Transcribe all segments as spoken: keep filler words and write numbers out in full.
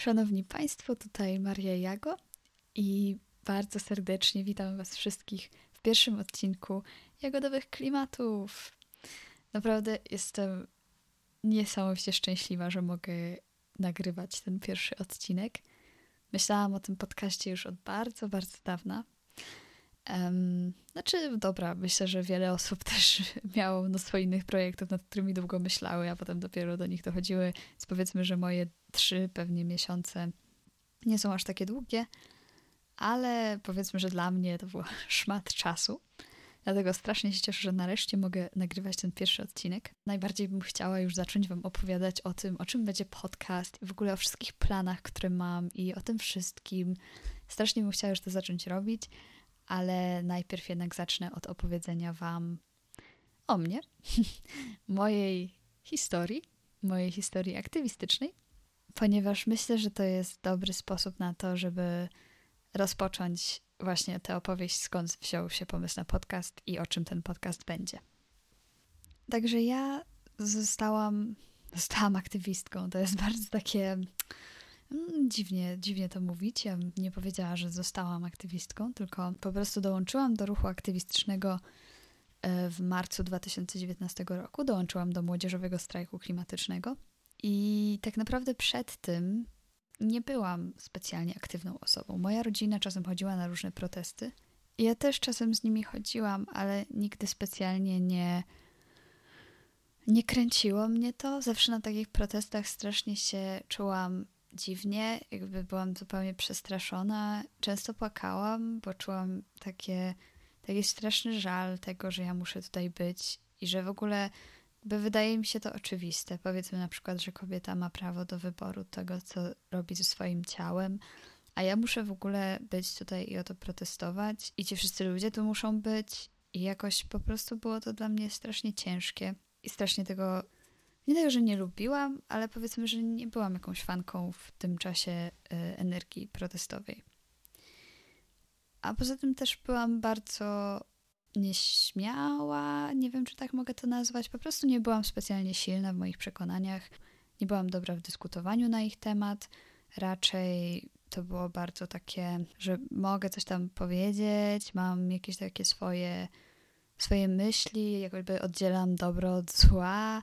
Szanowni Państwo, tutaj Maria Jago i bardzo serdecznie witam Was wszystkich w pierwszym odcinku Jagodowych Klimatów. Naprawdę jestem niesamowicie szczęśliwa, że mogę nagrywać ten pierwszy odcinek. Myślałam o tym podcaście już od bardzo, bardzo dawna. Um, znaczy, dobra, myślę, że wiele osób też miało mnóstwo innych projektów, nad którymi długo myślały, a potem dopiero do nich dochodziły. Więc powiedzmy, że moje trzy pewnie miesiące nie są aż takie długie, ale powiedzmy, że dla mnie to był szmat czasu. Dlatego strasznie się cieszę, że nareszcie mogę nagrywać ten pierwszy odcinek. Najbardziej bym chciała już zacząć Wam opowiadać o tym, o czym będzie podcast i w ogóle o wszystkich planach, które mam i o tym wszystkim. Strasznie bym chciała już to zacząć robić, ale najpierw jednak zacznę od opowiedzenia Wam o mnie, mojej historii, mojej historii aktywistycznej, ponieważ myślę, że to jest dobry sposób na to, żeby rozpocząć właśnie tę opowieść, skąd wziął się pomysł na podcast i o czym ten podcast będzie. Także ja zostałam, zostałam aktywistką. To jest bardzo takie mm, dziwnie, dziwnie to mówić. Ja bym nie powiedziała, że zostałam aktywistką, tylko po prostu dołączyłam do ruchu aktywistycznego w marcu dwa tysiące dziewiętnastego roku. Dołączyłam do młodzieżowego strajku klimatycznego i tak naprawdę przed tym nie byłam specjalnie aktywną osobą. Moja rodzina czasem chodziła na różne protesty. Ja też czasem z nimi chodziłam, ale nigdy specjalnie nie, nie kręciło mnie to. Zawsze na takich protestach strasznie się czułam dziwnie, jakby byłam zupełnie przestraszona. Często płakałam, bo czułam takie, taki straszny żal tego, że ja muszę tutaj być i że w ogóle Bo wydaje mi się to oczywiste. Powiedzmy na przykład, że kobieta ma prawo do wyboru tego, co robi ze swoim ciałem, a ja muszę w ogóle być tutaj i o to protestować i ci wszyscy ludzie tu muszą być i jakoś po prostu było to dla mnie strasznie ciężkie i strasznie tego, nie tego, że nie lubiłam, ale powiedzmy, że nie byłam jakąś fanką w tym czasie y, energii protestowej. A poza tym też byłam bardzo nieśmiała, nie wiem, czy tak mogę to nazwać. Po prostu nie byłam specjalnie silna w moich przekonaniach. Nie byłam dobra w dyskutowaniu na ich temat. Raczej to było bardzo takie, że mogę coś tam powiedzieć, mam jakieś takie swoje, swoje myśli, jakby oddzielam dobro od zła,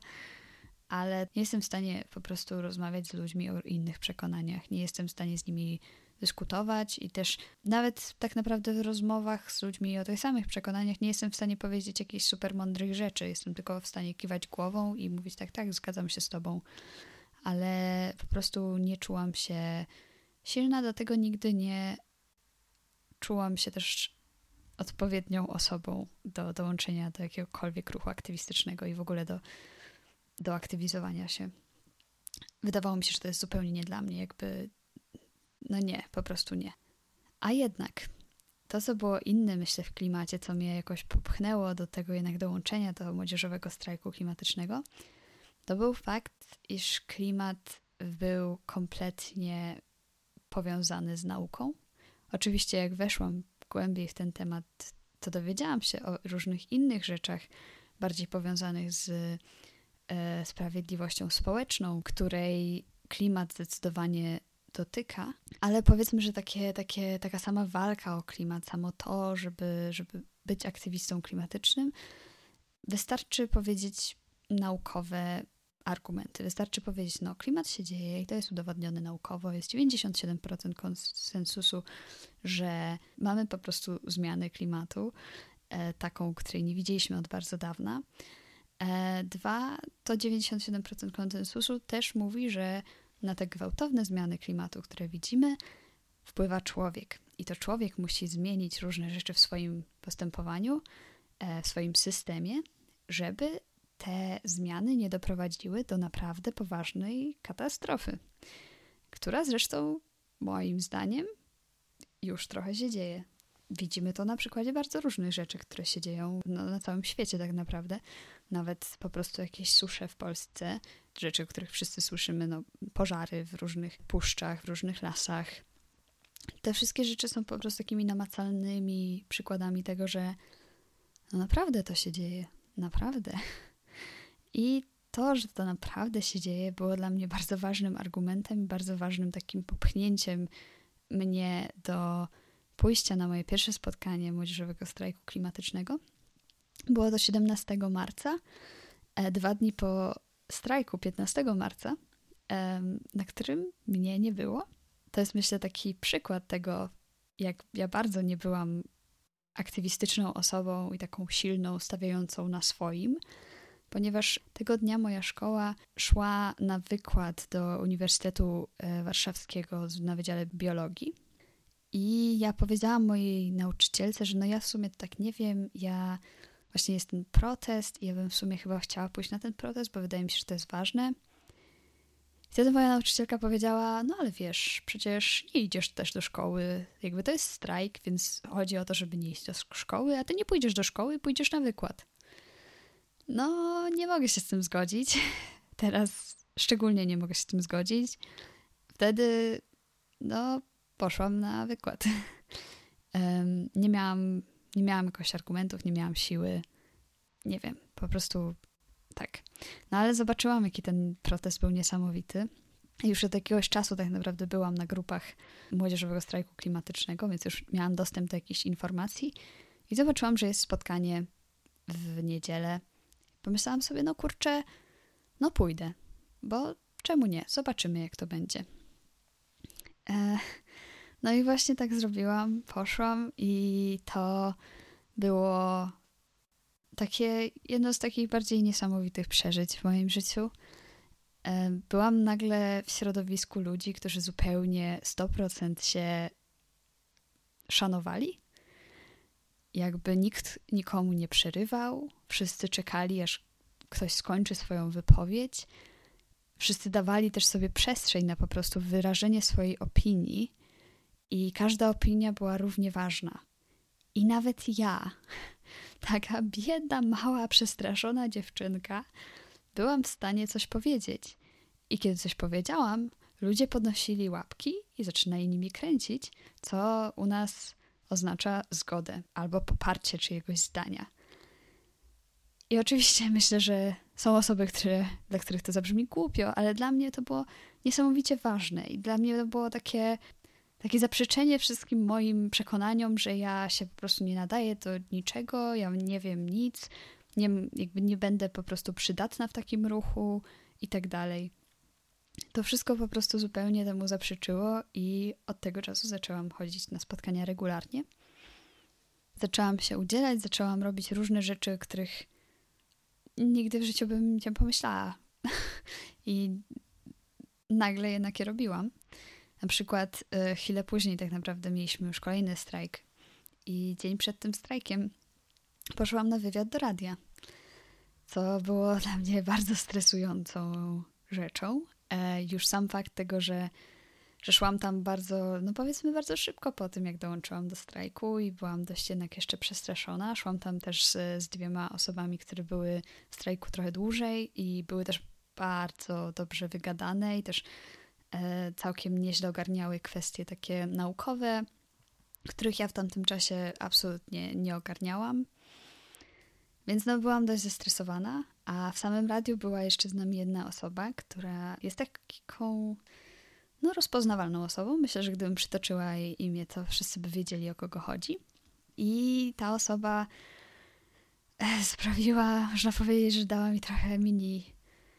ale nie jestem w stanie po prostu rozmawiać z ludźmi o innych przekonaniach. Nie jestem w stanie z nimi dyskutować i też nawet tak naprawdę w rozmowach z ludźmi o tych samych przekonaniach nie jestem w stanie powiedzieć jakichś super mądrych rzeczy. Jestem tylko w stanie kiwać głową i mówić tak, tak, zgadzam się z tobą. Ale po prostu nie czułam się silna, dlatego nigdy nie czułam się też odpowiednią osobą do dołączenia do jakiegokolwiek ruchu aktywistycznego i w ogóle do, do aktywizowania się. Wydawało mi się, że to jest zupełnie nie dla mnie, jakby no nie, po prostu nie. A jednak to, co było inne, myślę, w klimacie, co mnie jakoś popchnęło do tego jednak dołączenia do młodzieżowego strajku klimatycznego, to był fakt, iż klimat był kompletnie powiązany z nauką. Oczywiście jak weszłam głębiej w ten temat, to dowiedziałam się o różnych innych rzeczach bardziej powiązanych z e, sprawiedliwością społeczną, której klimat zdecydowanie dotyka, ale powiedzmy, że takie, takie, taka sama walka o klimat, samo to, żeby, żeby być aktywistą klimatycznym, wystarczy powiedzieć naukowe argumenty. Wystarczy powiedzieć, no klimat się dzieje i to jest udowodnione naukowo. Jest dziewięćdziesiąt siedem procent konsensusu, że mamy po prostu zmianę klimatu, e, taką, której nie widzieliśmy od bardzo dawna. E, dwa, to dziewięćdziesiąt siedem procent konsensusu też mówi, że na te gwałtowne zmiany klimatu, które widzimy, wpływa człowiek. I to człowiek musi zmienić różne rzeczy w swoim postępowaniu, w swoim systemie, żeby te zmiany nie doprowadziły do naprawdę poważnej katastrofy, która zresztą moim zdaniem już trochę się dzieje. Widzimy to na przykładzie bardzo różnych rzeczy, które się dzieją no, na całym świecie tak naprawdę. Nawet po prostu jakieś susze w Polsce, rzeczy, o których wszyscy słyszymy, no, pożary w różnych puszczach, w różnych lasach. Te wszystkie rzeczy są po prostu takimi namacalnymi przykładami tego, że no naprawdę to się dzieje. Naprawdę. I to, że to naprawdę się dzieje, było dla mnie bardzo ważnym argumentem, bardzo ważnym takim popchnięciem mnie do pójścia na moje pierwsze spotkanie Młodzieżowego Strajku Klimatycznego. Było to siedemnastego marca, dwa dni po strajku, piętnastego marca, na którym mnie nie było. To jest, myślę, taki przykład tego, jak ja bardzo nie byłam aktywistyczną osobą i taką silną, stawiającą na swoim, ponieważ tego dnia moja szkoła szła na wykład do Uniwersytetu Warszawskiego na Wydziale Biologii i ja powiedziałam mojej nauczycielce, że no ja w sumie to tak nie wiem, ja właśnie jest ten protest i ja bym w sumie chyba chciała pójść na ten protest, bo wydaje mi się, że to jest ważne. I wtedy moja nauczycielka powiedziała, no ale wiesz, przecież nie idziesz też do szkoły, jakby to jest strajk, więc chodzi o to, żeby nie iść do szkoły, a ty nie pójdziesz do szkoły, pójdziesz na wykład. No, nie mogę się z tym zgodzić. Teraz szczególnie nie mogę się z tym zgodzić. Wtedy, no, poszłam na wykład. um, nie miałam, nie miałam jakoś argumentów, nie miałam siły. Nie wiem, po prostu tak. No ale zobaczyłam, jaki ten protest był niesamowity. Już od jakiegoś czasu tak naprawdę byłam na grupach Młodzieżowego Strajku Klimatycznego, więc już miałam dostęp do jakichś informacji i zobaczyłam, że jest spotkanie w niedzielę. Pomyślałam sobie, no kurczę, no pójdę, bo czemu nie? Zobaczymy, jak to będzie. E, no i właśnie tak zrobiłam, poszłam i to było takie jedno z takich bardziej niesamowitych przeżyć w moim życiu. E, byłam nagle w środowisku ludzi, którzy zupełnie sto procent się szanowali. Jakby nikt nikomu nie przerywał, wszyscy czekali, aż ktoś skończy swoją wypowiedź. Wszyscy dawali też sobie przestrzeń na po prostu wyrażenie swojej opinii i każda opinia była równie ważna. I nawet ja, taka biedna, mała, przestraszona dziewczynka, byłam w stanie coś powiedzieć. I kiedy coś powiedziałam, ludzie podnosili łapki i zaczynali nimi kręcić, co u nas oznacza zgodę albo poparcie czyjegoś zdania. I oczywiście myślę, że są osoby, które, dla których to zabrzmi głupio, ale dla mnie to było niesamowicie ważne i dla mnie to było takie, takie zaprzeczenie wszystkim moim przekonaniom, że ja się po prostu nie nadaję do niczego, ja nie wiem nic, nie, jakby nie będę po prostu przydatna w takim ruchu i tak dalej. To wszystko po prostu zupełnie temu zaprzeczyło i od tego czasu zaczęłam chodzić na spotkania regularnie. Zaczęłam się udzielać, zaczęłam robić różne rzeczy, których nigdy w życiu bym nie pomyślała. I nagle jednak je robiłam. Na przykład y, chwilę później tak naprawdę mieliśmy już kolejny strajk i dzień przed tym strajkiem poszłam na wywiad do radia, co było dla mnie bardzo stresującą rzeczą. E, już sam fakt tego, że, że szłam tam bardzo, no powiedzmy bardzo szybko po tym, jak dołączyłam do strajku i byłam dość jednak jeszcze przestraszona. Szłam tam też z, z dwiema osobami, które były w strajku trochę dłużej i były też bardzo dobrze wygadane i też e, całkiem nieźle ogarniały kwestie takie naukowe, których ja w tamtym czasie absolutnie nie ogarniałam. Więc no byłam dość zestresowana, a w samym radiu była jeszcze z nami jedna osoba, która jest taką no, rozpoznawalną osobą. Myślę, że gdybym przytoczyła jej imię, to wszyscy by wiedzieli, o kogo chodzi. I ta osoba e, sprawiła, można powiedzieć, że dała mi trochę mini,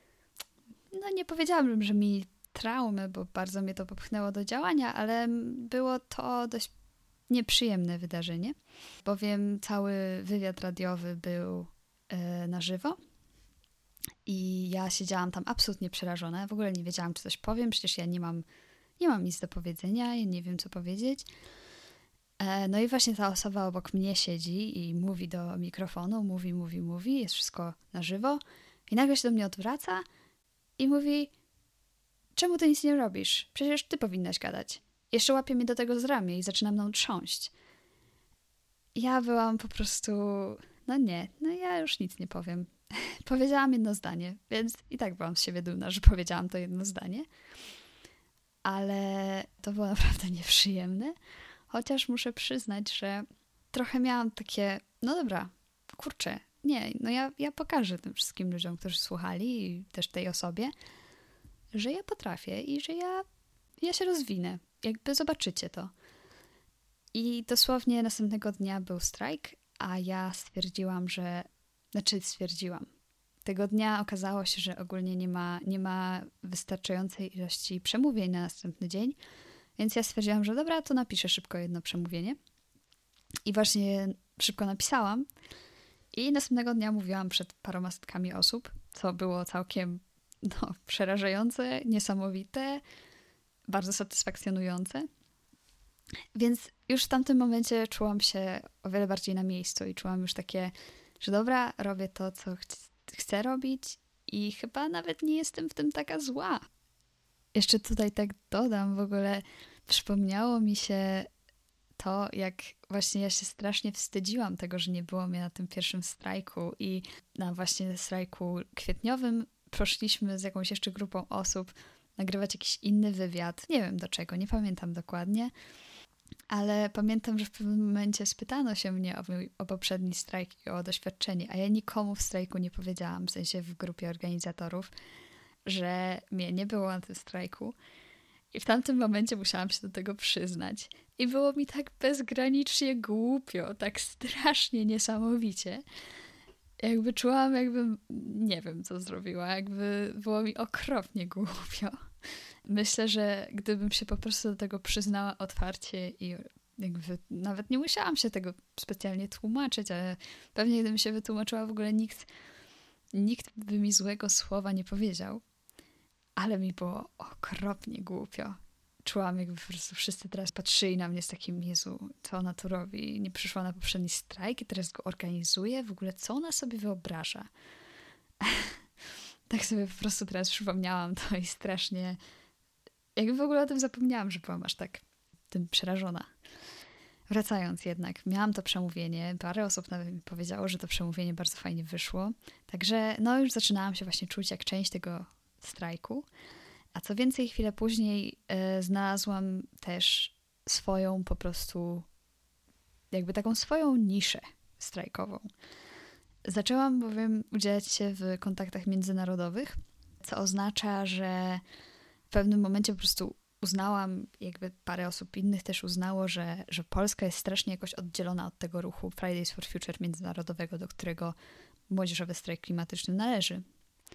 no nie powiedziałabym, że mini traumy, bo bardzo mnie to popchnęło do działania, ale było to dość nieprzyjemne wydarzenie, bowiem cały wywiad radiowy był e, na żywo i ja siedziałam tam absolutnie przerażona. W ogóle nie wiedziałam, czy coś powiem, przecież ja nie mam, nie mam nic do powiedzenia, ja nie wiem, co powiedzieć. E, no i właśnie ta osoba obok mnie siedzi i mówi do mikrofonu, mówi, mówi, mówi, jest wszystko na żywo i nagle się do mnie odwraca i mówi: czemu ty nic nie robisz? Przecież ty powinnaś gadać. Jeszcze łapie mnie do tego z ramię i zaczyna mną trząść. Ja byłam po prostu... No nie, no ja już nic nie powiem. Powiedziałam jedno zdanie, więc i tak byłam z siebie dumna, że powiedziałam to jedno zdanie. Ale to było naprawdę nieprzyjemne. Chociaż muszę przyznać, że trochę miałam takie... No dobra, kurczę, nie, no ja, ja pokażę tym wszystkim ludziom, którzy słuchali i też tej osobie, że ja potrafię i że ja, ja się rozwinę. Jakby zobaczycie to. I dosłownie następnego dnia był strajk, a ja stwierdziłam, że... Znaczy stwierdziłam. Tego dnia okazało się, że ogólnie nie ma, nie ma wystarczającej ilości przemówień na następny dzień, więc ja stwierdziłam, że dobra, to napiszę szybko jedno przemówienie. I właśnie szybko napisałam. I następnego dnia mówiłam przed paroma setkami osób, co było całkiem no, przerażające, niesamowite, bardzo satysfakcjonujące. Więc już w tamtym momencie czułam się o wiele bardziej na miejscu i czułam już takie, że dobra, robię to, co ch- chcę robić i chyba nawet nie jestem w tym taka zła. Jeszcze tutaj tak dodam, w ogóle przypomniało mi się to, jak właśnie ja się strasznie wstydziłam tego, że nie było mnie na tym pierwszym strajku i na właśnie strajku kwietniowym poszliśmy z jakąś jeszcze grupą osób nagrywać jakiś inny wywiad. Nie wiem do czego, nie pamiętam dokładnie, ale pamiętam, że w pewnym momencie spytano się mnie o, mój, o poprzedni strajk i o doświadczenie, a ja nikomu w strajku nie powiedziałam, w sensie w grupie organizatorów, że mnie nie było na tym strajku. I w tamtym momencie musiałam się do tego przyznać. I było mi tak bezgranicznie głupio, tak strasznie niesamowicie. Jakby czułam, jakbym nie wiem, co zrobiła. Jakby było mi okropnie głupio. Myślę, że gdybym się po prostu do tego przyznała otwarcie i jakby nawet nie musiałam się tego specjalnie tłumaczyć, ale pewnie gdybym się wytłumaczyła, w ogóle nikt, nikt by mi złego słowa nie powiedział. Ale mi było okropnie głupio. Czułam, jakby po prostu wszyscy teraz patrzyli na mnie z takim, Jezu, co ona tu robi? Nie przyszła na poprzedni strajk i teraz go organizuje? W ogóle co ona sobie wyobraża? Tak sobie po prostu teraz przypomniałam to i strasznie... Jakby w ogóle o tym zapomniałam, że byłam aż tak tym przerażona. Wracając jednak, miałam to przemówienie. Parę osób nawet mi powiedziało, że to przemówienie bardzo fajnie wyszło. Także no już zaczynałam się właśnie czuć jak część tego strajku. A co więcej, chwilę później e, znalazłam też swoją po prostu, jakby taką swoją niszę strajkową. Zaczęłam bowiem udzielać się w kontaktach międzynarodowych, co oznacza, że w pewnym momencie po prostu uznałam, jakby parę osób innych też uznało, że, że Polska jest strasznie jakoś oddzielona od tego ruchu Fridays for Future międzynarodowego, do którego młodzieżowy strajk klimatyczny należy.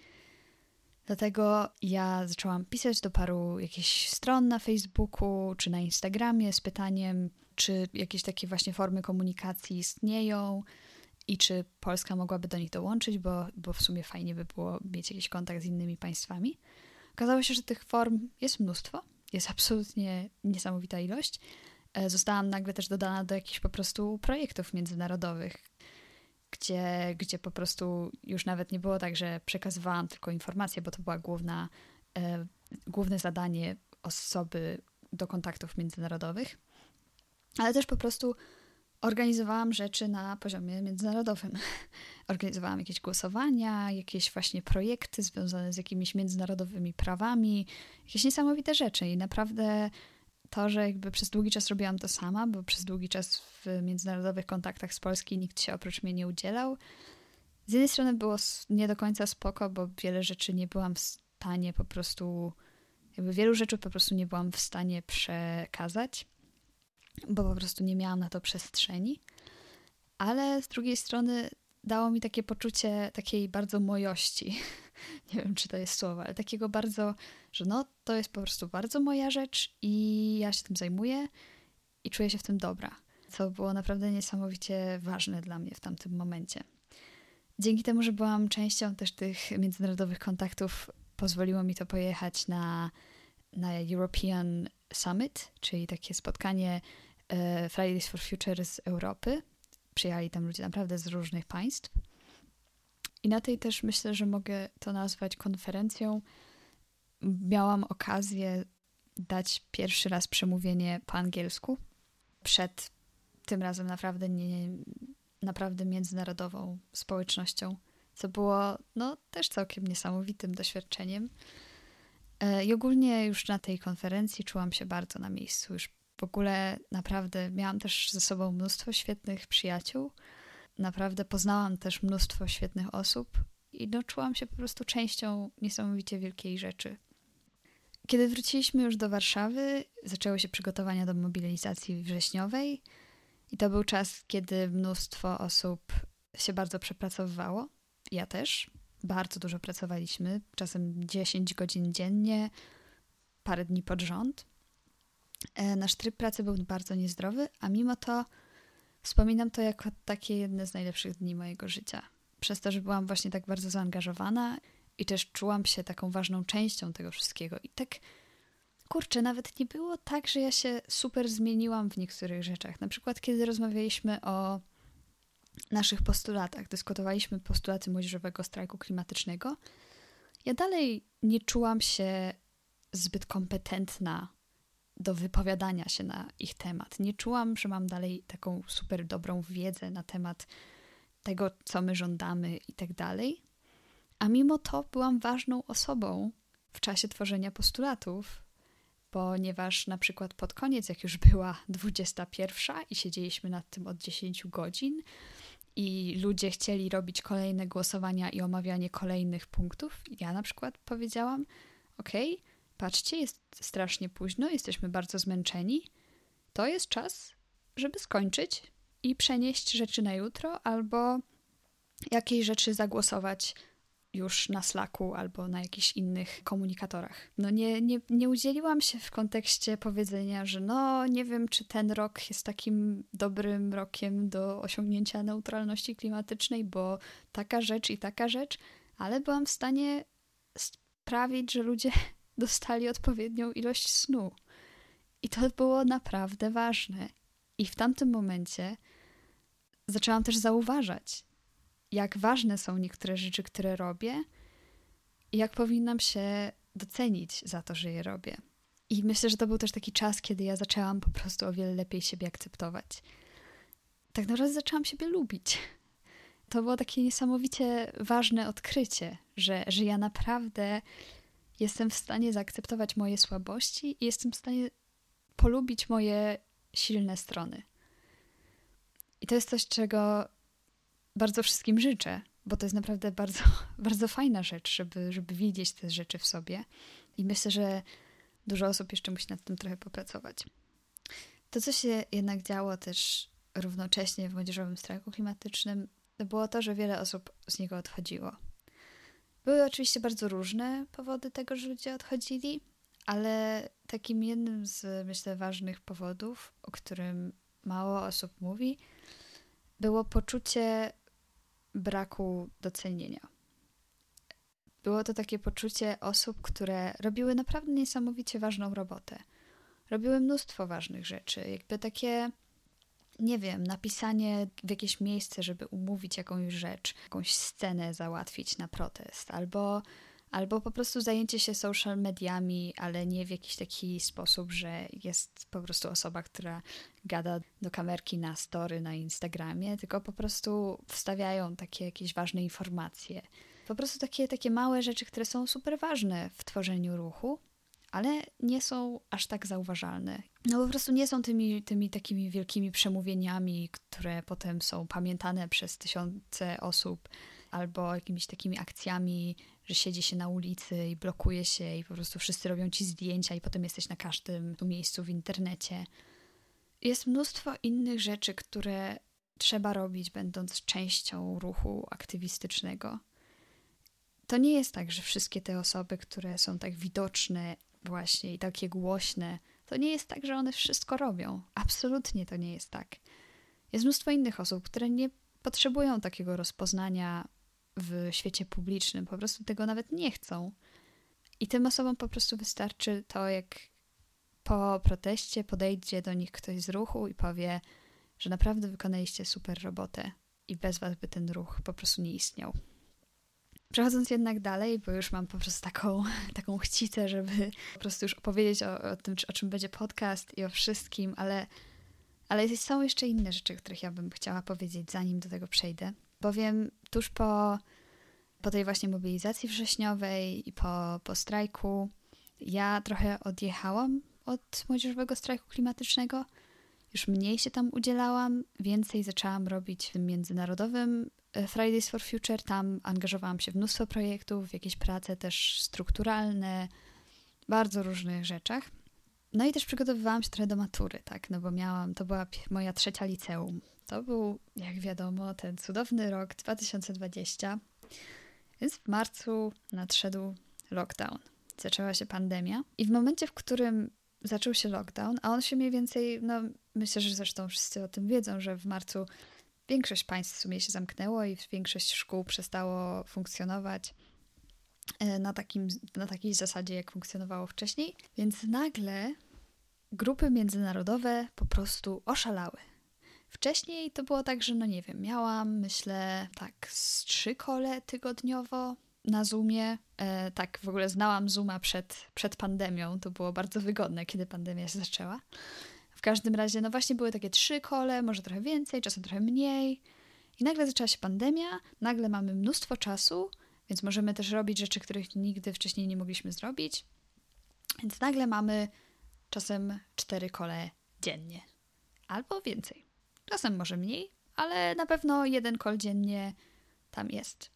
Dlatego ja zaczęłam pisać do paru jakichś stron na Facebooku czy na Instagramie z pytaniem, czy jakieś takie właśnie formy komunikacji istnieją i czy Polska mogłaby do nich dołączyć, bo, bo w sumie fajnie by było mieć jakiś kontakt z innymi państwami. Okazało się, że tych form jest mnóstwo, jest absolutnie niesamowita ilość. Zostałam nagle też dodana do jakichś po prostu projektów międzynarodowych, Gdzie, gdzie po prostu już nawet nie było tak, że przekazywałam tylko informacje, bo to była główna, e, główne zadanie osoby do kontaktów międzynarodowych, ale też po prostu organizowałam rzeczy na poziomie międzynarodowym. Organizowałam jakieś głosowania, jakieś właśnie projekty związane z jakimiś międzynarodowymi prawami, jakieś niesamowite rzeczy i naprawdę to, że jakby przez długi czas robiłam to sama, bo przez długi czas w międzynarodowych kontaktach z Polski nikt się oprócz mnie nie udzielał. Z jednej strony było nie do końca spoko, bo wiele rzeczy nie byłam w stanie po prostu, jakby wielu rzeczy po prostu nie byłam w stanie przekazać, bo po prostu nie miałam na to przestrzeni. Ale z drugiej strony dało mi takie poczucie takiej bardzo mojości. Nie wiem, czy to jest słowo, ale takiego bardzo, że no, to jest po prostu bardzo moja rzecz i ja się tym zajmuję i czuję się w tym dobra. Co było naprawdę niesamowicie ważne dla mnie w tamtym momencie. Dzięki temu, że byłam częścią też tych międzynarodowych kontaktów, pozwoliło mi to pojechać na, na European Summit, czyli takie spotkanie e, Fridays for Future z Europy. Przyjechali tam ludzie naprawdę z różnych państw. I na tej też myślę, że mogę to nazwać konferencją. Miałam okazję dać pierwszy raz przemówienie po angielsku przed tym razem naprawdę nie, naprawdę międzynarodową społecznością, co było no też całkiem niesamowitym doświadczeniem. I ogólnie już na tej konferencji czułam się bardzo na miejscu. Już w ogóle naprawdę miałam też ze sobą mnóstwo świetnych przyjaciół. naprawdę poznałam też mnóstwo świetnych osób i no, czułam się po prostu częścią niesamowicie wielkiej rzeczy. Kiedy wróciliśmy już do Warszawy, zaczęły się przygotowania do mobilizacji wrześniowej i to był czas, kiedy mnóstwo osób się bardzo przepracowywało. Ja też. Bardzo dużo pracowaliśmy, czasem dziesięć godzin dziennie, parę dni pod rząd. Nasz tryb pracy był bardzo niezdrowy, a mimo to wspominam to jako takie jedne z najlepszych dni mojego życia. Przez to, że byłam właśnie tak bardzo zaangażowana i też czułam się taką ważną częścią tego wszystkiego. I tak, kurczę, nawet nie było tak, że ja się super zmieniłam w niektórych rzeczach. Na przykład, kiedy rozmawialiśmy o naszych postulatach, dyskutowaliśmy postulaty młodzieżowego strajku klimatycznego, ja dalej nie czułam się zbyt kompetentna do wypowiadania się na ich temat. Nie czułam, że mam dalej taką super dobrą wiedzę na temat tego, co my żądamy i tak dalej. A mimo to byłam ważną osobą w czasie tworzenia postulatów, ponieważ na przykład pod koniec, jak już była dwudziesta pierwsza i siedzieliśmy nad tym od dziesięciu godzin i ludzie chcieli robić kolejne głosowania i omawianie kolejnych punktów, ja na przykład powiedziałam, okej, okay, patrzcie, jest strasznie późno, jesteśmy bardzo zmęczeni, to jest czas, żeby skończyć i przenieść rzeczy na jutro albo jakieś rzeczy zagłosować już na Slacku albo na jakichś innych komunikatorach. No nie, nie, nie udzieliłam się w kontekście powiedzenia, że no nie wiem, czy ten rok jest takim dobrym rokiem do osiągnięcia neutralności klimatycznej, bo taka rzecz i taka rzecz, ale byłam w stanie sprawić, że ludzie dostali odpowiednią ilość snu. I to było naprawdę ważne. I w tamtym momencie zaczęłam też zauważać, jak ważne są niektóre rzeczy, które robię i jak powinnam się docenić za to, że je robię. I myślę, że to był też taki czas, kiedy ja zaczęłam po prostu o wiele lepiej siebie akceptować. Tak naprawdę zaczęłam siebie lubić. To było takie niesamowicie ważne odkrycie, że, że ja naprawdę jestem w stanie zaakceptować moje słabości i jestem w stanie polubić moje silne strony. I to jest coś, czego bardzo wszystkim życzę, bo to jest naprawdę bardzo, bardzo fajna rzecz, żeby, żeby widzieć te rzeczy w sobie. I myślę, że dużo osób jeszcze musi nad tym trochę popracować. To, co się jednak działo też równocześnie w młodzieżowym strajku klimatycznym, to było to, że wiele osób z niego odchodziło. Były oczywiście bardzo różne powody tego, że ludzie odchodzili, ale takim jednym z, myślę, ważnych powodów, o którym mało osób mówi, było poczucie braku docenienia. Było to takie poczucie osób, które robiły naprawdę niesamowicie ważną robotę. Robiły mnóstwo ważnych rzeczy, jakby takie, nie wiem, napisanie w jakieś miejsce, żeby umówić jakąś rzecz, jakąś scenę załatwić na protest, albo, albo po prostu zajęcie się social mediami, ale nie w jakiś taki sposób, że jest po prostu osoba, która gada do kamerki na story na Instagramie, tylko po prostu wstawiają takie jakieś ważne informacje. Po prostu takie, takie małe rzeczy, które są super ważne w tworzeniu ruchu, ale nie są aż tak zauważalne. No po prostu nie są tymi, tymi takimi wielkimi przemówieniami, które potem są pamiętane przez tysiące osób, albo jakimiś takimi akcjami, że siedzi się na ulicy i blokuje się i po prostu wszyscy robią ci zdjęcia i potem jesteś na każdym miejscu w internecie. Jest mnóstwo innych rzeczy, które trzeba robić, będąc częścią ruchu aktywistycznego. To nie jest tak, że wszystkie te osoby, które są tak widoczne właśnie i takie głośne, to nie jest tak, że one wszystko robią. Absolutnie to nie jest tak. Jest mnóstwo innych osób, które nie potrzebują takiego rozpoznania w świecie publicznym, po prostu tego nawet nie chcą. I tym osobom po prostu wystarczy to, jak po proteście podejdzie do nich ktoś z ruchu i powie, że naprawdę wykonaliście super robotę i bez was by ten ruch po prostu nie istniał. Przechodząc jednak dalej, bo już mam po prostu taką, taką chcicę, żeby po prostu już opowiedzieć o, o tym, o czym będzie podcast i o wszystkim, ale, ale są jeszcze inne rzeczy, o których ja bym chciała powiedzieć, zanim do tego przejdę. Bowiem tuż po, po tej właśnie mobilizacji wrześniowej i po, po strajku ja trochę odjechałam od młodzieżowego strajku klimatycznego już mniej się tam udzielałam, więcej zaczęłam robić w tym międzynarodowym Fridays for Future. Tam angażowałam się w mnóstwo projektów, w jakieś prace też strukturalne, bardzo różnych rzeczach. No i też przygotowywałam się trochę do matury, tak, no bo miałam, to była moja trzecia liceum. To był, jak wiadomo, ten cudowny rok dwa tysiące dwudziesty, więc w marcu nadszedł lockdown. Zaczęła się pandemia i w momencie, w którym zaczął się lockdown, a on się mniej więcej, no myślę, że zresztą wszyscy o tym wiedzą, że w marcu większość państw w sumie się zamknęło i większość szkół przestało funkcjonować na, takim, na takiej zasadzie, jak funkcjonowało wcześniej. Więc nagle grupy międzynarodowe po prostu oszalały. Wcześniej to było tak, że no nie wiem, miałam myślę tak z trzy kole tygodniowo na Zoomie. E, tak w ogóle znałam Zooma przed, przed pandemią. To było bardzo wygodne, kiedy pandemia się zaczęła. W każdym razie no właśnie były takie trzy kole, może trochę więcej, czasem trochę mniej. I nagle zaczęła się pandemia, nagle mamy mnóstwo czasu, więc możemy też robić rzeczy, których nigdy wcześniej nie mogliśmy zrobić. Więc nagle mamy czasem cztery kole dziennie. Albo więcej. Czasem może mniej, ale na pewno jeden call dziennie tam jest.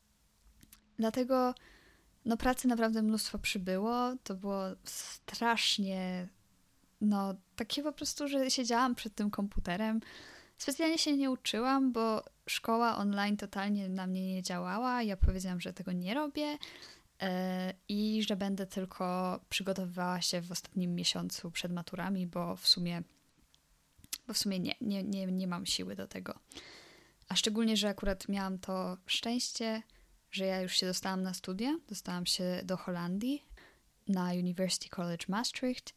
Dlatego no pracy naprawdę mnóstwo przybyło. To było strasznie, no takie po prostu, że siedziałam przed tym komputerem. Specjalnie się nie uczyłam, bo szkoła online totalnie na mnie nie działała. Ja powiedziałam, że tego nie robię yy, i że będę tylko przygotowywała się w ostatnim miesiącu przed maturami, bo w sumie, bo w sumie nie, nie, nie, nie mam siły do tego. A szczególnie, że akurat miałam to szczęście, że ja już się dostałam na studia. Dostałam się do Holandii na University College Maastricht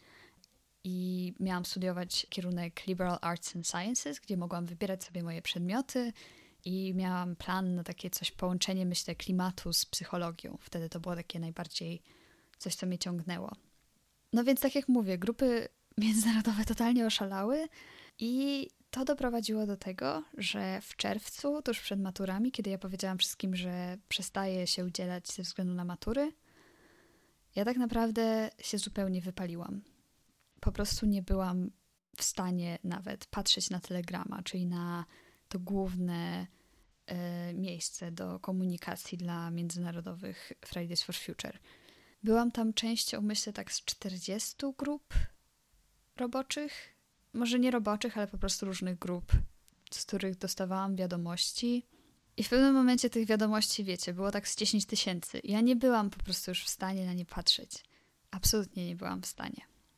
i miałam studiować kierunek Liberal Arts and Sciences, gdzie mogłam wybierać sobie moje przedmioty i miałam plan na takie coś, połączenie, myślę, klimatu z psychologią. Wtedy to było takie najbardziej coś, co mnie ciągnęło. No więc tak jak mówię, grupy międzynarodowe totalnie oszalały i to doprowadziło do tego, że w czerwcu, tuż przed maturami, kiedy ja powiedziałam wszystkim, że przestaję się udzielać ze względu na matury, ja tak naprawdę się zupełnie wypaliłam. Po prostu nie byłam w stanie nawet patrzeć na Telegrama, czyli na to główne y, miejsce do komunikacji dla międzynarodowych Fridays for Future. Byłam tam częścią, myślę, tak z czterdziestu grup roboczych. Może nie roboczych, ale po prostu różnych grup, z których dostawałam wiadomości. I w pewnym momencie tych wiadomości, wiecie, było tak z dziesięć tysięcy. Ja nie byłam po prostu już w stanie na nie patrzeć. Absolutnie nie byłam w stanie.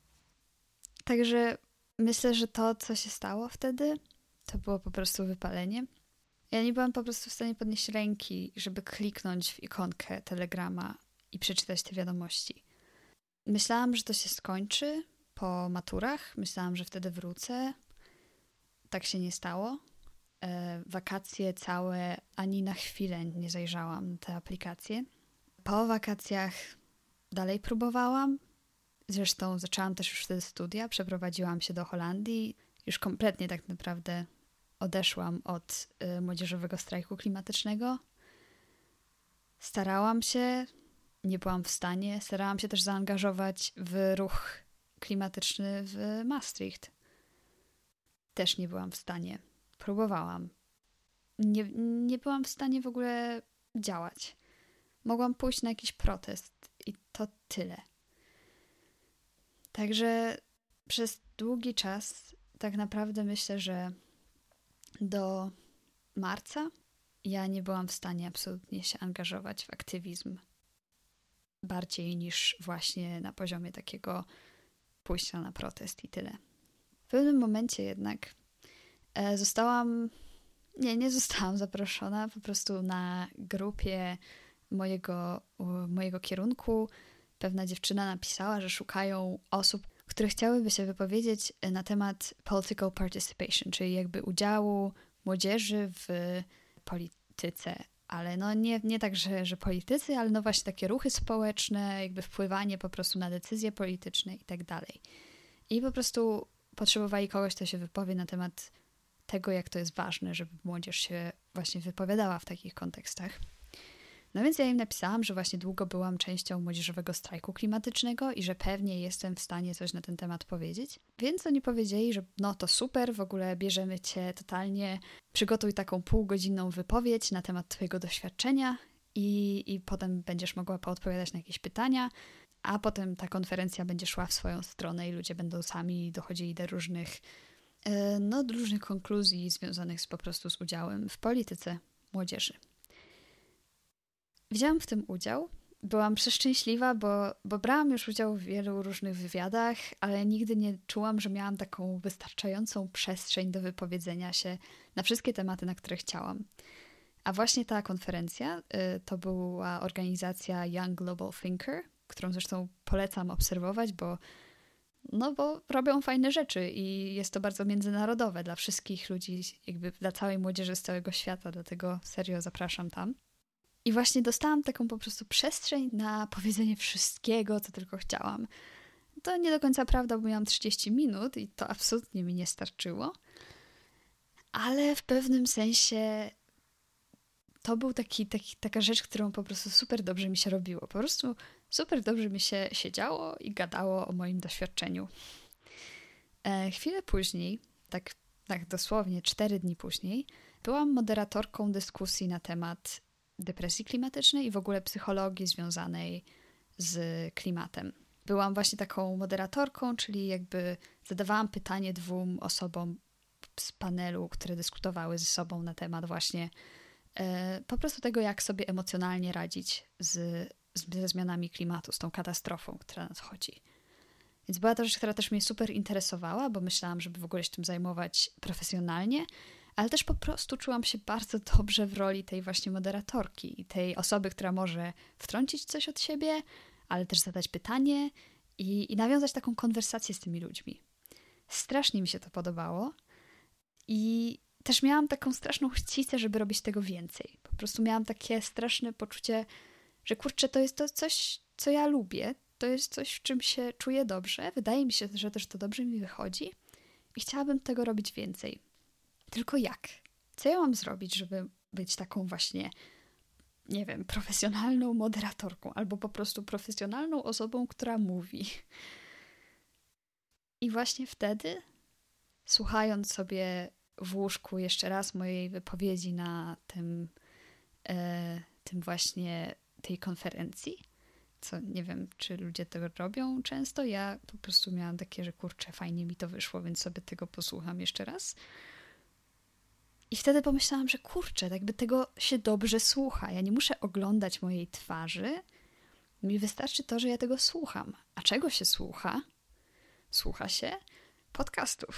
Także myślę, że to, co się stało wtedy, to było po prostu wypalenie. Ja nie byłam po prostu w stanie podnieść ręki, żeby kliknąć w ikonkę Telegrama i przeczytać te wiadomości. Myślałam, że to się skończy po maturach. Myślałam, że wtedy wrócę. Tak się nie stało. E, wakacje całe ani na chwilę nie zajrzałam na te aplikacje. Po wakacjach dalej próbowałam. Zresztą zaczęłam też już wtedy studia. Przeprowadziłam się do Holandii. Już kompletnie tak naprawdę odeszłam od y, młodzieżowego strajku klimatycznego. Starałam się, nie byłam w stanie. Starałam się też zaangażować w ruch klimatyczny w Maastricht. Też nie byłam w stanie. Próbowałam. Nie, nie byłam w stanie w ogóle działać. Mogłam pójść na jakiś protest i to tyle. Także przez długi czas tak naprawdę myślę, że do marca ja nie byłam w stanie absolutnie się angażować w aktywizm bardziej niż właśnie na poziomie takiego pójścia na protest i tyle. W pewnym momencie jednak e, zostałam, nie, nie zostałam zaproszona, po prostu na grupie mojego, mojego kierunku pewna dziewczyna napisała, że szukają osób, które chciałyby się wypowiedzieć na temat political participation, czyli jakby udziału młodzieży w polityce. Ale no nie, nie tak, że, że politycy, ale no właśnie takie ruchy społeczne, jakby wpływanie po prostu na decyzje polityczne i tak dalej. I po prostu potrzebowali kogoś, kto się wypowie na temat tego, jak to jest ważne, żeby młodzież się właśnie wypowiadała w takich kontekstach. No więc ja im napisałam, że właśnie długo byłam częścią młodzieżowego strajku klimatycznego i że pewnie jestem w stanie coś na ten temat powiedzieć. Więc oni powiedzieli, że no to super, w ogóle bierzemy cię totalnie, przygotuj taką półgodzinną wypowiedź na temat twojego doświadczenia i, i potem będziesz mogła poodpowiadać na jakieś pytania, a potem ta konferencja będzie szła w swoją stronę i ludzie będą sami dochodzili do różnych, no, do różnych konkluzji związanych z, po prostu z udziałem w polityce młodzieży. Wzięłam w tym udział. Byłam przeszczęśliwa, bo, bo brałam już udział w wielu różnych wywiadach, ale nigdy nie czułam, że miałam taką wystarczającą przestrzeń do wypowiedzenia się na wszystkie tematy, na które chciałam. A właśnie ta konferencja y, to była organizacja Young Global Thinker, którą zresztą polecam obserwować, bo, no bo robią fajne rzeczy i jest to bardzo międzynarodowe dla wszystkich ludzi, jakby dla całej młodzieży z całego świata, dlatego serio zapraszam tam. I właśnie dostałam taką po prostu przestrzeń na powiedzenie wszystkiego, co tylko chciałam. To nie do końca prawda, bo miałam trzydzieści minut i to absolutnie mi nie starczyło. Ale w pewnym sensie to był taki, taki, taka rzecz, którą po prostu super dobrze mi się robiło. Po prostu super dobrze mi się siedziało i gadało o moim doświadczeniu. E, chwilę później, tak, tak dosłownie cztery dni później, byłam moderatorką dyskusji na temat depresji klimatycznej i w ogóle psychologii związanej z klimatem. Byłam właśnie taką moderatorką, czyli jakby zadawałam pytanie dwóm osobom z panelu, które dyskutowały ze sobą na temat właśnie e, po prostu tego, jak sobie emocjonalnie radzić z, z, ze zmianami klimatu, z tą katastrofą, która nadchodzi. Więc była to rzecz, która też mnie super interesowała, bo myślałam, żeby w ogóle się tym zajmować profesjonalnie, ale też po prostu czułam się bardzo dobrze w roli tej właśnie moderatorki i tej osoby, która może wtrącić coś od siebie, ale też zadać pytanie i, i nawiązać taką konwersację z tymi ludźmi. Strasznie mi się to podobało i też miałam taką straszną chcicę, żeby robić tego więcej. Po prostu miałam takie straszne poczucie, że kurczę, to jest to coś, co ja lubię, to jest coś, w czym się czuję dobrze, wydaje mi się, że też to dobrze mi wychodzi i chciałabym tego robić więcej. Tylko jak? Co ja mam zrobić, żeby być taką właśnie, nie wiem, profesjonalną moderatorką albo po prostu profesjonalną osobą, która mówi? I właśnie wtedy, słuchając sobie w łóżku jeszcze raz mojej wypowiedzi na tym, e, tym właśnie tej konferencji, co nie wiem, czy ludzie tego robią często, ja po prostu miałam takie, że kurczę, fajnie mi to wyszło, więc sobie tego posłucham jeszcze raz. I wtedy pomyślałam, że kurczę, jakby tego się dobrze słucha. Ja nie muszę oglądać mojej twarzy. Mi wystarczy to, że ja tego słucham. A czego się słucha? Słucha się podcastów.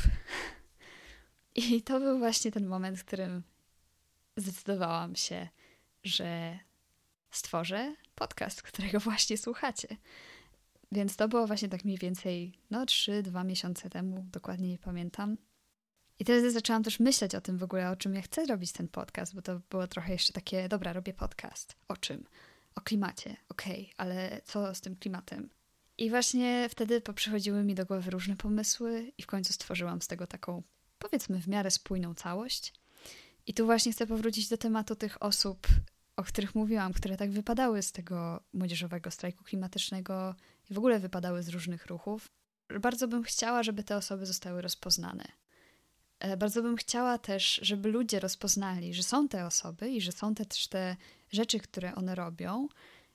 I to był właśnie ten moment, w którym zdecydowałam się, że stworzę podcast, którego właśnie słuchacie. Więc to było właśnie tak mniej więcej no trzy, dwa miesiące temu, dokładnie nie pamiętam. I teraz zaczęłam też myśleć o tym w ogóle, o czym ja chcę robić ten podcast, bo to było trochę jeszcze takie, dobra, robię podcast. O czym? O klimacie. Okej, okay, ale co z tym klimatem? I właśnie wtedy poprzychodziły mi do głowy różne pomysły i w końcu stworzyłam z tego taką, powiedzmy, w miarę spójną całość. I tu właśnie chcę powrócić do tematu tych osób, o których mówiłam, które tak wypadały z tego młodzieżowego strajku klimatycznego i w ogóle wypadały z różnych ruchów. Bardzo bym chciała, żeby te osoby zostały rozpoznane. Bardzo bym chciała też, żeby ludzie rozpoznali, że są te osoby i że są te też te rzeczy, które one robią.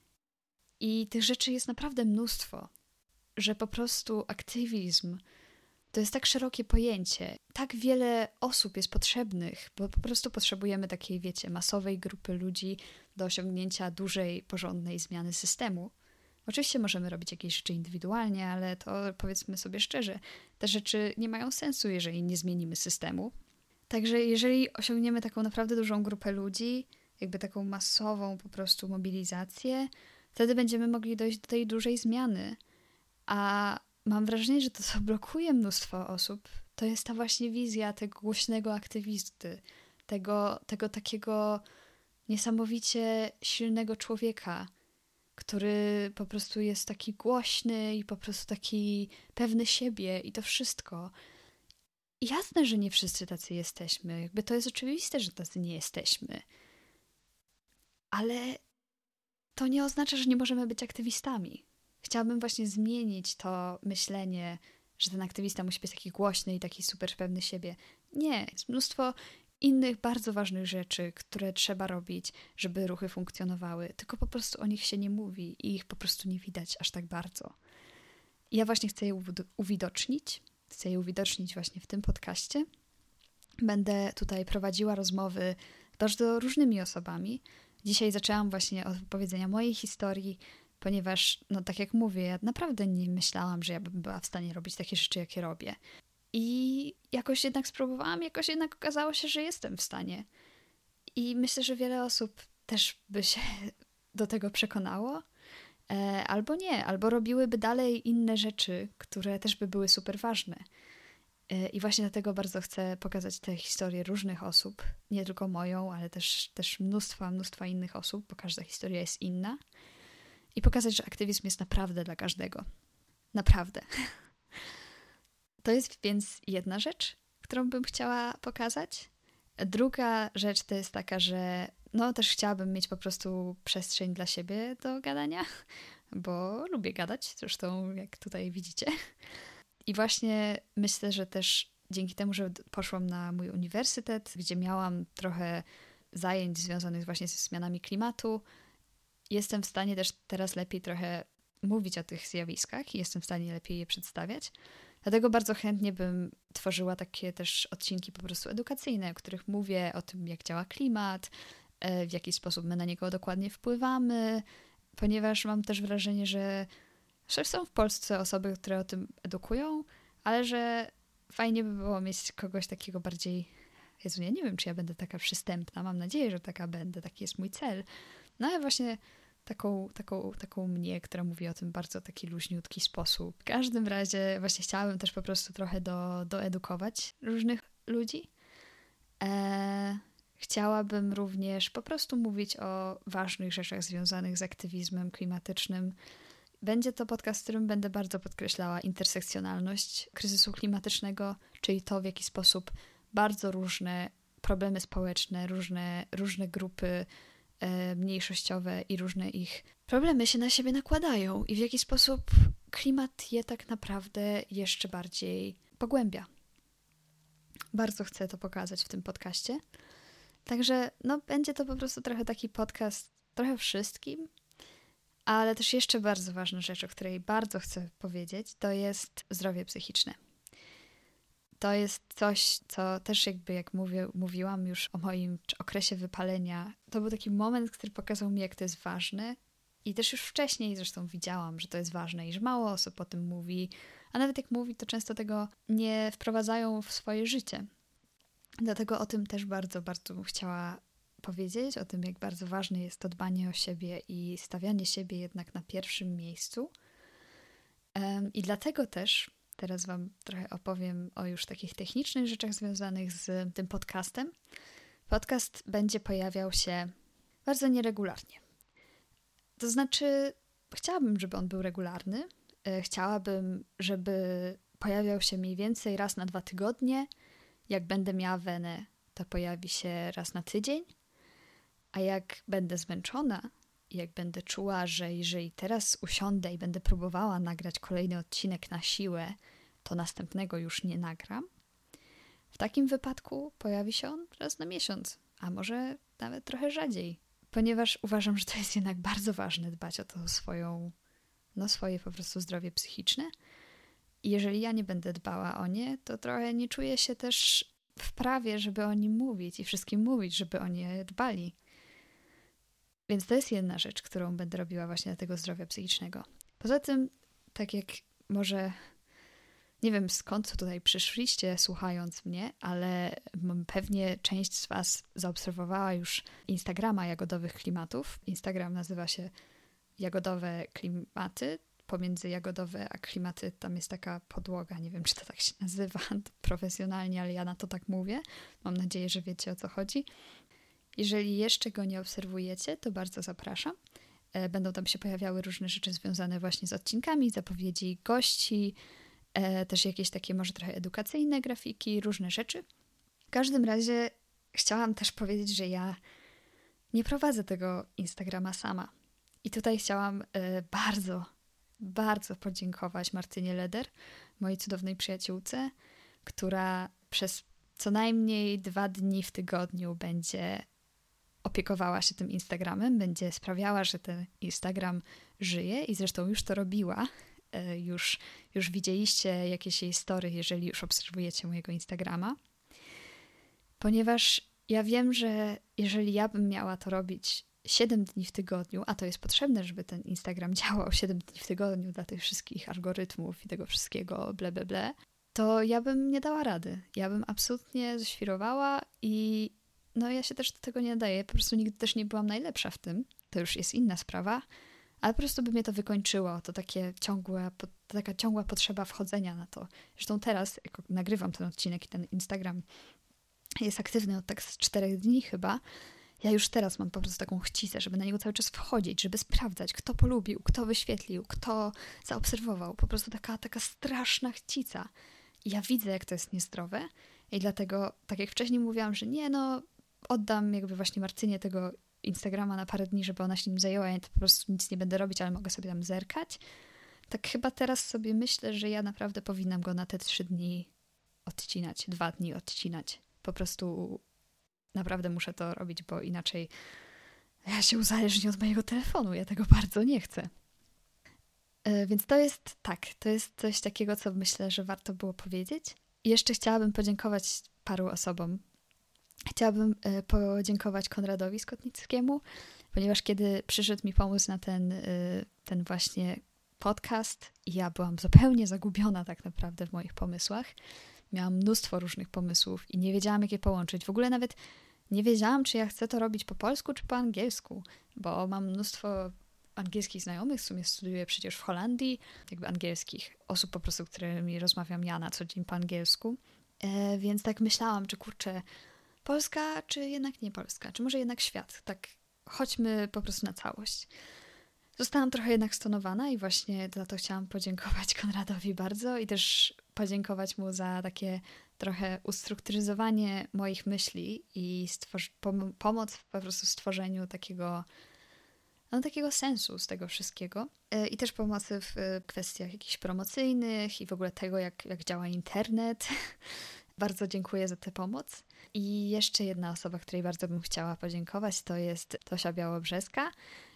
I tych rzeczy jest naprawdę mnóstwo, że po prostu aktywizm to jest tak szerokie pojęcie. Tak wiele osób jest potrzebnych, bo po prostu potrzebujemy takiej, wiecie, masowej grupy ludzi do osiągnięcia dużej, porządnej zmiany systemu. Oczywiście możemy robić jakieś rzeczy indywidualnie, ale to powiedzmy sobie szczerze, te rzeczy nie mają sensu, jeżeli nie zmienimy systemu. Także jeżeli osiągniemy taką naprawdę dużą grupę ludzi, jakby taką masową po prostu mobilizację, wtedy będziemy mogli dojść do tej dużej zmiany. A mam wrażenie, że to, co blokuje mnóstwo osób, to jest ta właśnie wizja tego głośnego aktywisty, tego, tego takiego niesamowicie silnego człowieka, który po prostu jest taki głośny i po prostu taki pewny siebie i to wszystko. I jasne, że nie wszyscy tacy jesteśmy. Jakby to jest oczywiste, że tacy nie jesteśmy. Ale to nie oznacza, że nie możemy być aktywistami. Chciałabym właśnie zmienić to myślenie, że ten aktywista musi być taki głośny i taki super pewny siebie. Nie, jest mnóstwo innych bardzo ważnych rzeczy, które trzeba robić, żeby ruchy funkcjonowały, tylko po prostu o nich się nie mówi i ich po prostu nie widać aż tak bardzo. I ja właśnie chcę je uwidocznić, chcę je uwidocznić właśnie w tym podcaście. Będę tutaj prowadziła rozmowy z bardzo różnymi osobami. Dzisiaj zaczęłam właśnie od opowiedzenia mojej historii, ponieważ, no tak jak mówię, ja naprawdę nie myślałam, że ja bym była w stanie robić takie rzeczy, jakie robię. I jakoś jednak spróbowałam, jakoś jednak okazało się, że jestem w stanie. I myślę, że wiele osób też by się do tego przekonało, e, albo nie, albo robiłyby dalej inne rzeczy, które też by były super ważne. E, I właśnie dlatego bardzo chcę pokazać te historie różnych osób, nie tylko moją, ale też, też mnóstwa, mnóstwa innych osób, bo każda historia jest inna. I pokazać, że aktywizm jest naprawdę dla każdego. Naprawdę. To jest więc jedna rzecz, którą bym chciała pokazać. Druga rzecz to jest taka, że no też chciałabym mieć po prostu przestrzeń dla siebie do gadania, bo lubię gadać, zresztą jak tutaj widzicie. I właśnie myślę, że też dzięki temu, że poszłam na mój uniwersytet, gdzie miałam trochę zajęć związanych właśnie ze zmianami klimatu, jestem w stanie też teraz lepiej trochę mówić o tych zjawiskach i jestem w stanie lepiej je przedstawiać. Dlatego bardzo chętnie bym tworzyła takie też odcinki po prostu edukacyjne, w których mówię o tym, jak działa klimat, w jaki sposób my na niego dokładnie wpływamy, ponieważ mam też wrażenie, że są w Polsce osoby, które o tym edukują, ale że fajnie by było mieć kogoś takiego bardziej... Jezu, ja nie wiem, czy ja będę taka przystępna, mam nadzieję, że taka będę, taki jest mój cel. No ale właśnie taką, taką, taką mnie, która mówi o tym bardzo taki luźniutki sposób. W każdym razie właśnie chciałabym też po prostu trochę do, doedukować różnych ludzi. E, chciałabym również po prostu mówić o ważnych rzeczach związanych z aktywizmem klimatycznym. Będzie to podcast, w którym będę bardzo podkreślała intersekcjonalność kryzysu klimatycznego, czyli to, w jaki sposób bardzo różne problemy społeczne, różne, różne grupy e, mniejszościowe i różne ich problemy się na siebie nakładają i w jaki sposób klimat je tak naprawdę jeszcze bardziej pogłębia. Bardzo chcę to pokazać w tym podcaście. Także no, będzie to po prostu trochę taki podcast, trochę wszystkim, ale też jeszcze bardzo ważna rzecz, o której bardzo chcę powiedzieć, to jest zdrowie psychiczne. To jest coś, co też jakby jak mówię, mówiłam już o moim okresie wypalenia, to był taki moment, który pokazał mi, jak to jest ważne i też już wcześniej zresztą widziałam, że to jest ważne i że mało osób o tym mówi, a nawet jak mówi, to często tego nie wprowadzają w swoje życie. Dlatego o tym też bardzo, bardzo bym chciała powiedzieć, o tym, jak bardzo ważne jest to dbanie o siebie i stawianie siebie jednak na pierwszym miejscu. Um, I dlatego też teraz wam trochę opowiem o już takich technicznych rzeczach związanych z tym podcastem. Podcast będzie pojawiał się bardzo nieregularnie. To znaczy, chciałabym, żeby on był regularny. Chciałabym, żeby pojawiał się mniej więcej raz na dwa tygodnie. Jak będę miała wenę, to pojawi się raz na tydzień. A jak będę zmęczona i jak będę czuła, że jeżeli teraz usiądę i będę próbowała nagrać kolejny odcinek na siłę, to następnego już nie nagram, w takim wypadku pojawi się on raz na miesiąc, a może nawet trochę rzadziej, ponieważ uważam, że to jest jednak bardzo ważne dbać o to swoją, no swoje po prostu zdrowie psychiczne. I jeżeli ja nie będę dbała o nie, to trochę nie czuję się też w prawie, żeby o nim mówić i wszystkim mówić, żeby o nie dbali. Więc to jest jedna rzecz, którą będę robiła właśnie dla tego zdrowia psychicznego. Poza tym, tak jak może, nie wiem skąd tutaj przyszliście słuchając mnie, ale pewnie część z was zaobserwowała już Instagrama Jagodowych Klimatów. Instagram nazywa się Jagodowe Klimaty. Pomiędzy Jagodowe a Klimaty tam jest taka podłoga, nie wiem czy to tak się nazywa profesjonalnie, ale ja na to tak mówię. Mam nadzieję, że wiecie o co chodzi. Jeżeli jeszcze go nie obserwujecie, to bardzo zapraszam. Będą tam się pojawiały różne rzeczy związane właśnie z odcinkami, zapowiedzi gości, też jakieś takie może trochę edukacyjne grafiki, różne rzeczy. W każdym razie chciałam też powiedzieć, że ja nie prowadzę tego Instagrama sama. I tutaj chciałam y, bardzo, bardzo podziękować Martynie Leder, mojej cudownej przyjaciółce, która przez co najmniej dwa dni w tygodniu będzie opiekowała się tym Instagramem, będzie sprawiała, że ten Instagram żyje i zresztą już to robiła. Y, już, już widzieliście jakieś jej story, jeżeli już obserwujecie mojego Instagrama. Ponieważ ja wiem, że jeżeli ja bym miała to robić siedem dni w tygodniu, a to jest potrzebne, żeby ten Instagram działał siedem dni w tygodniu dla tych wszystkich algorytmów i tego wszystkiego ble, ble, ble, to ja bym nie dała rady. Ja bym absolutnie ześwirowała i no ja się też do tego nie nadaję. Po prostu nigdy też nie byłam najlepsza w tym. To już jest inna sprawa, ale po prostu by mnie to wykończyło. To takie ciągłe, to taka ciągła potrzeba wchodzenia na to. Zresztą teraz, jak nagrywam ten odcinek i ten Instagram jest aktywny od tak z czterech dni chyba, ja już teraz mam po prostu taką chcicę, żeby na niego cały czas wchodzić, żeby sprawdzać, kto polubił, kto wyświetlił, kto zaobserwował. Po prostu taka, taka straszna chcica. I ja widzę, jak to jest niezdrowe i dlatego, tak jak wcześniej mówiłam, że nie, no oddam jakby właśnie Martynie tego Instagrama na parę dni, żeby ona się nim zajęła, ja po prostu nic nie będę robić, ale mogę sobie tam zerkać. Tak chyba teraz sobie myślę, że ja naprawdę powinnam go na te trzy dni odcinać, dwa dni odcinać. Po prostu naprawdę muszę to robić, bo inaczej ja się uzależnię od mojego telefonu. Ja tego bardzo nie chcę. Yy, więc to jest tak, to jest coś takiego, co myślę, że warto było powiedzieć. I jeszcze chciałabym podziękować paru osobom. Chciałabym yy, podziękować Konradowi Skotnickiemu, ponieważ kiedy przyszedł mi pomysł na ten, yy, ten właśnie podcast, ja byłam zupełnie zagubiona tak naprawdę w moich pomysłach. Miałam mnóstwo różnych pomysłów i nie wiedziałam, jak je połączyć. W ogóle nawet nie wiedziałam, czy ja chcę to robić po polsku, czy po angielsku, bo mam mnóstwo angielskich znajomych, w sumie studiuję przecież w Holandii, jakby angielskich osób po prostu, którymi rozmawiam ja na co dzień po angielsku. E, więc tak myślałam, czy kurczę, Polska, czy jednak nie Polska, czy może jednak świat. Tak chodźmy po prostu na całość. Zostałam trochę jednak stonowana i właśnie za to chciałam podziękować Konradowi bardzo i też podziękować mu za takie trochę ustrukturyzowanie moich myśli i stworzy- pom- pomoc po prostu w stworzeniu takiego, no, takiego sensu z tego wszystkiego. Yy, I też pomocy w y, kwestiach jakichś promocyjnych i w ogóle tego, jak, jak działa internet. Bardzo dziękuję za tę pomoc. I jeszcze jedna osoba, której bardzo bym chciała podziękować, to jest Tosia Białobrzeska.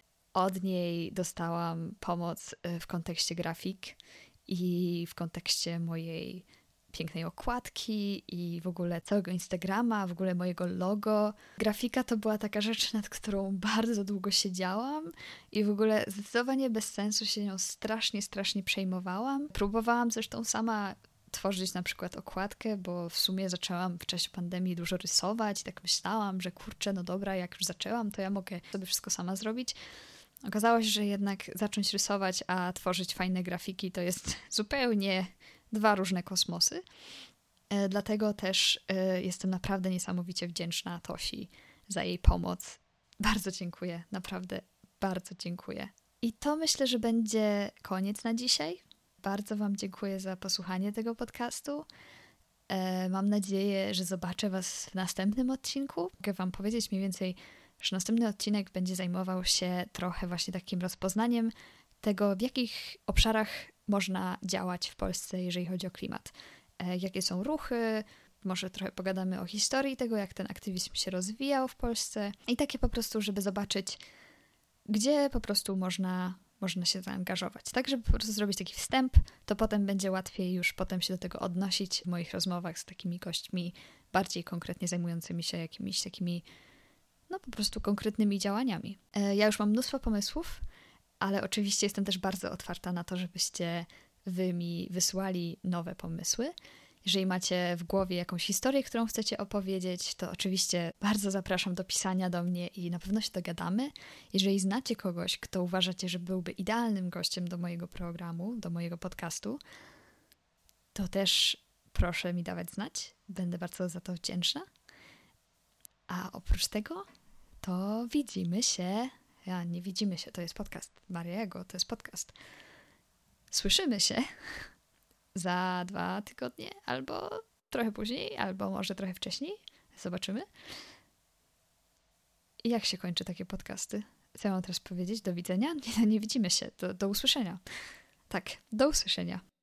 Od niej dostałam pomoc w kontekście grafik i w kontekście mojej pięknej okładki i w ogóle całego Instagrama, w ogóle mojego logo. Grafika to była taka rzecz, nad którą bardzo długo siedziałam i w ogóle zdecydowanie bez sensu się nią strasznie, strasznie przejmowałam. Próbowałam zresztą sama tworzyć na przykład okładkę, bo w sumie zaczęłam w czasie pandemii dużo rysować i tak myślałam, że kurczę, no dobra, jak już zaczęłam, to ja mogę sobie wszystko sama zrobić. Okazało się, że jednak zacząć rysować, a tworzyć fajne grafiki to jest zupełnie dwa różne kosmosy. E, dlatego też e, jestem naprawdę niesamowicie wdzięczna Tosi za jej pomoc. Bardzo dziękuję, naprawdę bardzo dziękuję. I to myślę, że będzie koniec na dzisiaj. Bardzo wam dziękuję za posłuchanie tego podcastu. E, mam nadzieję, że zobaczę was w następnym odcinku. Mogę wam powiedzieć mniej więcej, że następny odcinek będzie zajmował się trochę właśnie takim rozpoznaniem tego, w jakich obszarach można działać w Polsce, jeżeli chodzi o klimat. E, jakie są ruchy, może trochę pogadamy o historii tego, jak ten aktywizm się rozwijał w Polsce i takie po prostu, żeby zobaczyć, gdzie po prostu można, można się zaangażować. Tak, żeby po prostu zrobić taki wstęp, to potem będzie łatwiej już potem się do tego odnosić w moich rozmowach z takimi gośćmi bardziej konkretnie zajmującymi się jakimiś takimi no po prostu konkretnymi działaniami. Ja już mam mnóstwo pomysłów, ale oczywiście jestem też bardzo otwarta na to, żebyście wy mi wysłali nowe pomysły. Jeżeli macie w głowie jakąś historię, którą chcecie opowiedzieć, to oczywiście bardzo zapraszam do pisania do mnie i na pewno się dogadamy. Jeżeli znacie kogoś, kto uważacie, że byłby idealnym gościem do mojego programu, do mojego podcastu, to też proszę mi dawać znać. Będę bardzo za to wdzięczna. A oprócz tego to widzimy się, ja nie widzimy się, to jest podcast Mariego, to jest podcast. Słyszymy się za dwa tygodnie, albo trochę później, albo może trochę wcześniej. Zobaczymy. I jak się kończy takie podcasty? Co ja mam teraz powiedzieć? Do widzenia? Nie, nie widzimy się. Do, do usłyszenia. Tak, do usłyszenia.